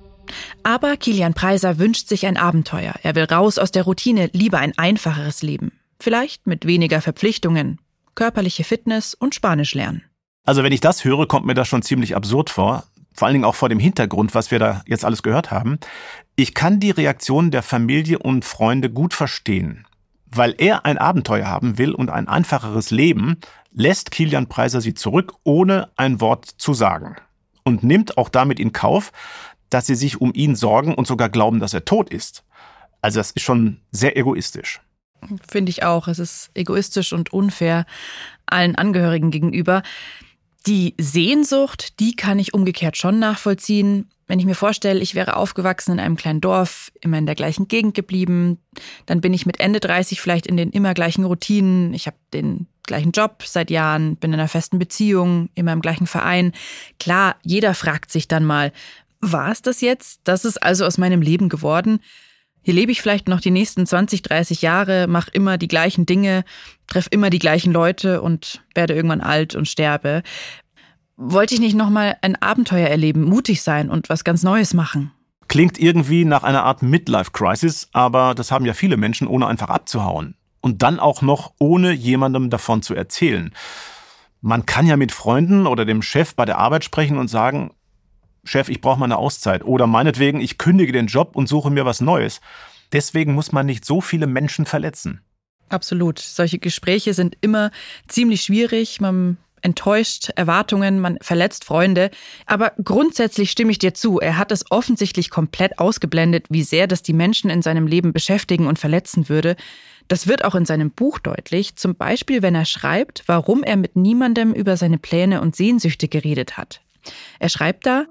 Aber Kilian Preiser wünscht sich ein Abenteuer. Er will raus aus der Routine, lieber ein einfacheres Leben. Vielleicht mit weniger Verpflichtungen, körperliche Fitness und Spanisch lernen. Also wenn ich das höre, kommt mir das schon ziemlich absurd vor. Vor allen Dingen auch vor dem Hintergrund, was wir da jetzt alles gehört haben. Ich kann die Reaktionen der Familie und Freunde gut verstehen. Weil er ein Abenteuer haben will und ein einfacheres Leben, lässt Kilian Preiser sie zurück, ohne ein Wort zu sagen. Und nimmt auch damit in Kauf, dass sie sich um ihn sorgen und sogar glauben, dass er tot ist. Also das ist schon sehr egoistisch. Finde ich auch. Es ist egoistisch und unfair allen Angehörigen gegenüber. Die Sehnsucht, die kann ich umgekehrt schon nachvollziehen. Wenn ich mir vorstelle, ich wäre aufgewachsen in einem kleinen Dorf, immer in der gleichen Gegend geblieben, dann bin ich mit Ende dreißig vielleicht in den immer gleichen Routinen. Ich habe den gleichen Job seit Jahren, bin in einer festen Beziehung, immer im gleichen Verein. Klar, jeder fragt sich dann mal, war es das jetzt? Das ist also aus meinem Leben geworden. Hier lebe ich vielleicht noch die nächsten zwanzig, dreißig Jahre, mache immer die gleichen Dinge, treffe immer die gleichen Leute und werde irgendwann alt und sterbe. Wollte ich nicht nochmal ein Abenteuer erleben, mutig sein und was ganz Neues machen? Klingt irgendwie nach einer Art Midlife-Crisis, aber das haben ja viele Menschen, ohne einfach abzuhauen. Und dann auch noch ohne jemandem davon zu erzählen. Man kann ja mit Freunden oder dem Chef bei der Arbeit sprechen und sagen: Chef, ich brauche mal eine Auszeit. Oder meinetwegen, ich kündige den Job und suche mir was Neues. Deswegen muss man nicht so viele Menschen verletzen. Absolut. Solche Gespräche sind immer ziemlich schwierig. Man enttäuscht Erwartungen, man verletzt Freunde. Aber grundsätzlich stimme ich dir zu. Er hat es offensichtlich komplett ausgeblendet, wie sehr das die Menschen in seinem Leben beschäftigen und verletzen würde. Das wird auch in seinem Buch deutlich. Zum Beispiel, wenn er schreibt, warum er mit niemandem über seine Pläne und Sehnsüchte geredet hat. Er schreibt da: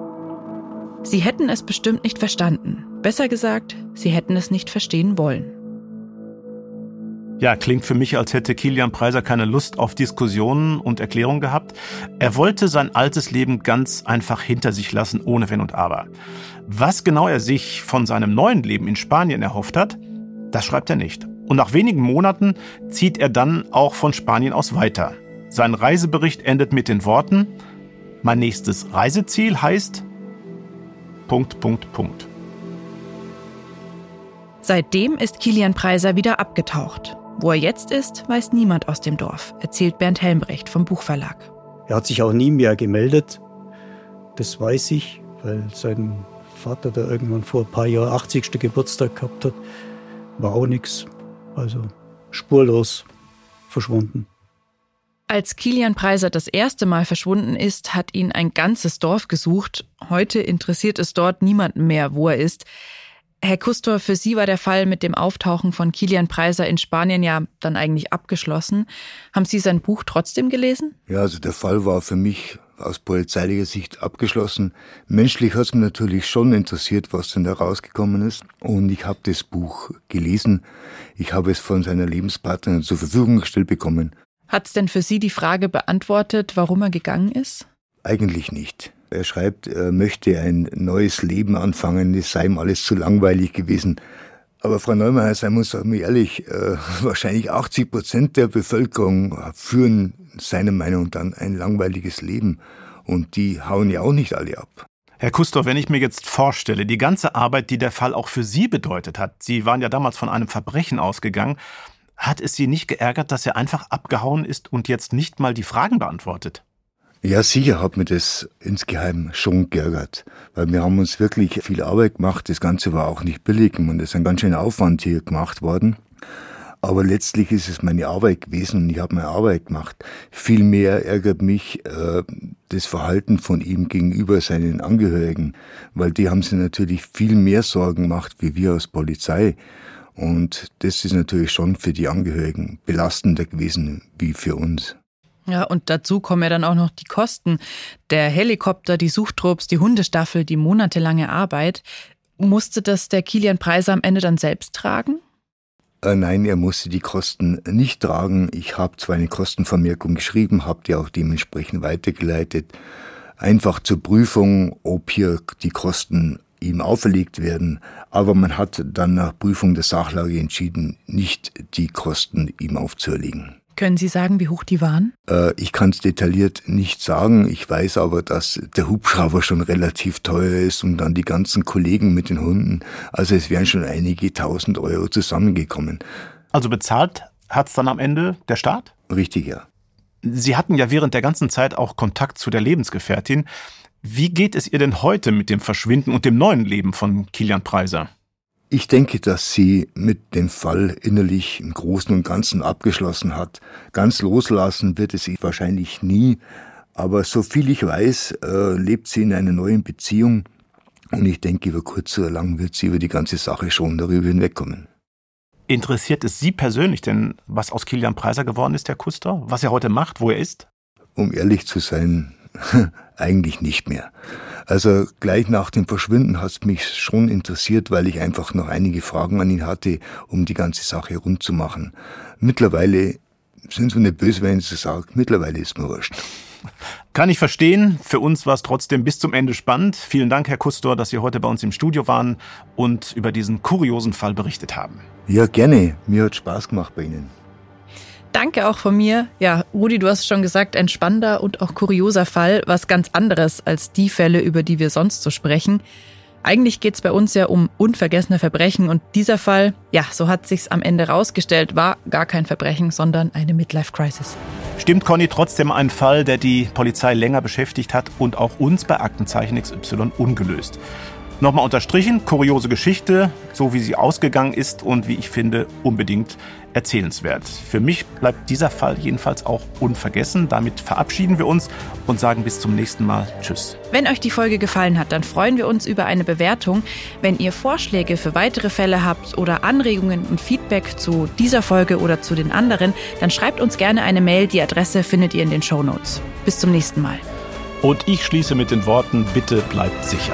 Sie hätten es bestimmt nicht verstanden. Besser gesagt, sie hätten es nicht verstehen wollen. Ja, klingt für mich, als hätte Kilian Preiser keine Lust auf Diskussionen und Erklärungen gehabt. Er wollte sein altes Leben ganz einfach hinter sich lassen, ohne Wenn und Aber. Was genau er sich von seinem neuen Leben in Spanien erhofft hat, das schreibt er nicht. Und nach wenigen Monaten zieht er dann auch von Spanien aus weiter. Sein Reisebericht endet mit den Worten: Mein nächstes Reiseziel heißt... Punkt, Punkt, Punkt. Seitdem ist Kilian Preiser wieder abgetaucht. Wo er jetzt ist, weiß niemand aus dem Dorf, erzählt Bernd Helmbrecht vom Buchverlag. Er hat sich auch nie mehr gemeldet. Das weiß ich, weil sein Vater da irgendwann vor ein paar Jahren achtzigsten Geburtstag gehabt hat. War auch nichts. Also spurlos verschwunden. Als Kilian Preiser das erste Mal verschwunden ist, hat ihn ein ganzes Dorf gesucht. Heute interessiert es dort niemanden mehr, wo er ist. Herr Kustor, für Sie war der Fall mit dem Auftauchen von Kilian Preiser in Spanien ja dann eigentlich abgeschlossen. Haben Sie sein Buch trotzdem gelesen? Ja, also der Fall war für mich aus polizeilicher Sicht abgeschlossen. Menschlich hat es mich natürlich schon interessiert, was denn da rausgekommen ist. Und ich habe das Buch gelesen. Ich habe es von seiner Lebenspartnerin zur Verfügung gestellt bekommen. Hat es denn für Sie die Frage beantwortet, warum er gegangen ist? Eigentlich nicht. Er schreibt, er möchte ein neues Leben anfangen, es sei ihm alles zu langweilig gewesen. Aber Frau Neumeier, seien wir uns doch mal ehrlich, äh, wahrscheinlich achtzig Prozent der Bevölkerung führen seiner Meinung nach ein langweiliges Leben. Und die hauen ja auch nicht alle ab. Herr Kustor, wenn ich mir jetzt vorstelle, die ganze Arbeit, die der Fall auch für Sie bedeutet hat, Sie waren ja damals von einem Verbrechen ausgegangen, hat es Sie nicht geärgert, dass er einfach abgehauen ist und jetzt nicht mal die Fragen beantwortet? Ja, sicher hat mir das insgeheim schon geärgert, weil wir haben uns wirklich viel Arbeit gemacht. Das Ganze war auch nicht billig und es ist ein ganz schöner Aufwand hier gemacht worden. Aber letztlich ist es meine Arbeit gewesen und ich habe meine Arbeit gemacht. Vielmehr ärgert mich äh, das Verhalten von ihm gegenüber seinen Angehörigen, weil die haben sich natürlich viel mehr Sorgen gemacht wie wir als Polizei. Und das ist natürlich schon für die Angehörigen belastender gewesen wie für uns. Ja, und dazu kommen ja dann auch noch die Kosten. Der Helikopter, die Suchtrupps, die Hundestaffel, die monatelange Arbeit. Musste das der Kilian Preiser am Ende dann selbst tragen? Äh, nein, er musste die Kosten nicht tragen. Ich habe zwar eine Kostenvermerkung geschrieben, habe die auch dementsprechend weitergeleitet. Einfach zur Prüfung, ob hier die Kosten ihm auferlegt werden. Aber man hat dann nach Prüfung der Sachlage entschieden, nicht die Kosten ihm aufzuerlegen. Können Sie sagen, wie hoch die waren? Äh, ich kann es detailliert nicht sagen. Ich weiß aber, dass der Hubschrauber schon relativ teuer ist und dann die ganzen Kollegen mit den Hunden. Also es wären schon einige tausend Euro zusammengekommen. Also bezahlt hat es dann am Ende der Staat? Richtig, ja. Sie hatten ja während der ganzen Zeit auch Kontakt zu der Lebensgefährtin. Wie geht es ihr denn heute mit dem Verschwinden und dem neuen Leben von Kilian Preiser? Ich denke, dass sie mit dem Fall innerlich im Großen und Ganzen abgeschlossen hat. Ganz loslassen wird es sie wahrscheinlich nie. Aber so viel ich weiß, äh, lebt sie in einer neuen Beziehung. Und ich denke, über kurz oder lang wird sie über die ganze Sache schon darüber hinwegkommen. Interessiert es Sie persönlich denn, was aus Kilian Preiser geworden ist, Herr Kuster? Was er heute macht, wo er ist? Um ehrlich zu sein, eigentlich nicht mehr. Also gleich nach dem Verschwinden hat es mich schon interessiert, weil ich einfach noch einige Fragen an ihn hatte, um die ganze Sache rund zu machen. Mittlerweile, sind Sie nicht böse, wenn ich das sage, mittlerweile ist mir wurscht. Kann ich verstehen. Für uns war es trotzdem bis zum Ende spannend. Vielen Dank, Herr Kustor, dass Sie heute bei uns im Studio waren und über diesen kuriosen Fall berichtet haben. Ja, gerne. Mir hat Spaß gemacht bei Ihnen. Danke auch von mir. Ja, Rudi, du hast schon gesagt, ein spannender und auch kurioser Fall, was ganz anderes als die Fälle, über die wir sonst so sprechen. Eigentlich geht's bei uns ja um unvergessene Verbrechen und dieser Fall, ja, so hat sich's am Ende rausgestellt, war gar kein Verbrechen, sondern eine Midlife-Crisis. Stimmt, Conny, trotzdem ein Fall, der die Polizei länger beschäftigt hat und auch uns bei Aktenzeichen X Y ungelöst. Nochmal unterstrichen, kuriose Geschichte, so wie sie ausgegangen ist und wie ich finde, unbedingt erzählenswert. Für mich bleibt dieser Fall jedenfalls auch unvergessen. Damit verabschieden wir uns und sagen bis zum nächsten Mal Tschüss. Wenn euch die Folge gefallen hat, dann freuen wir uns über eine Bewertung. Wenn ihr Vorschläge für weitere Fälle habt oder Anregungen und Feedback zu dieser Folge oder zu den anderen, dann schreibt uns gerne eine Mail. Die Adresse findet ihr in den Shownotes. Bis zum nächsten Mal. Und ich schließe mit den Worten, bitte bleibt sicher.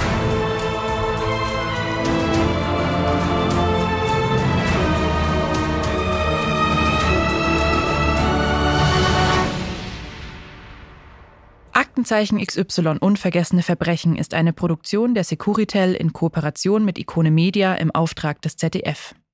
Aktenzeichen X Y Unvergessene Verbrechen ist eine Produktion der Securitel in Kooperation mit Ikone Media im Auftrag des Z D F.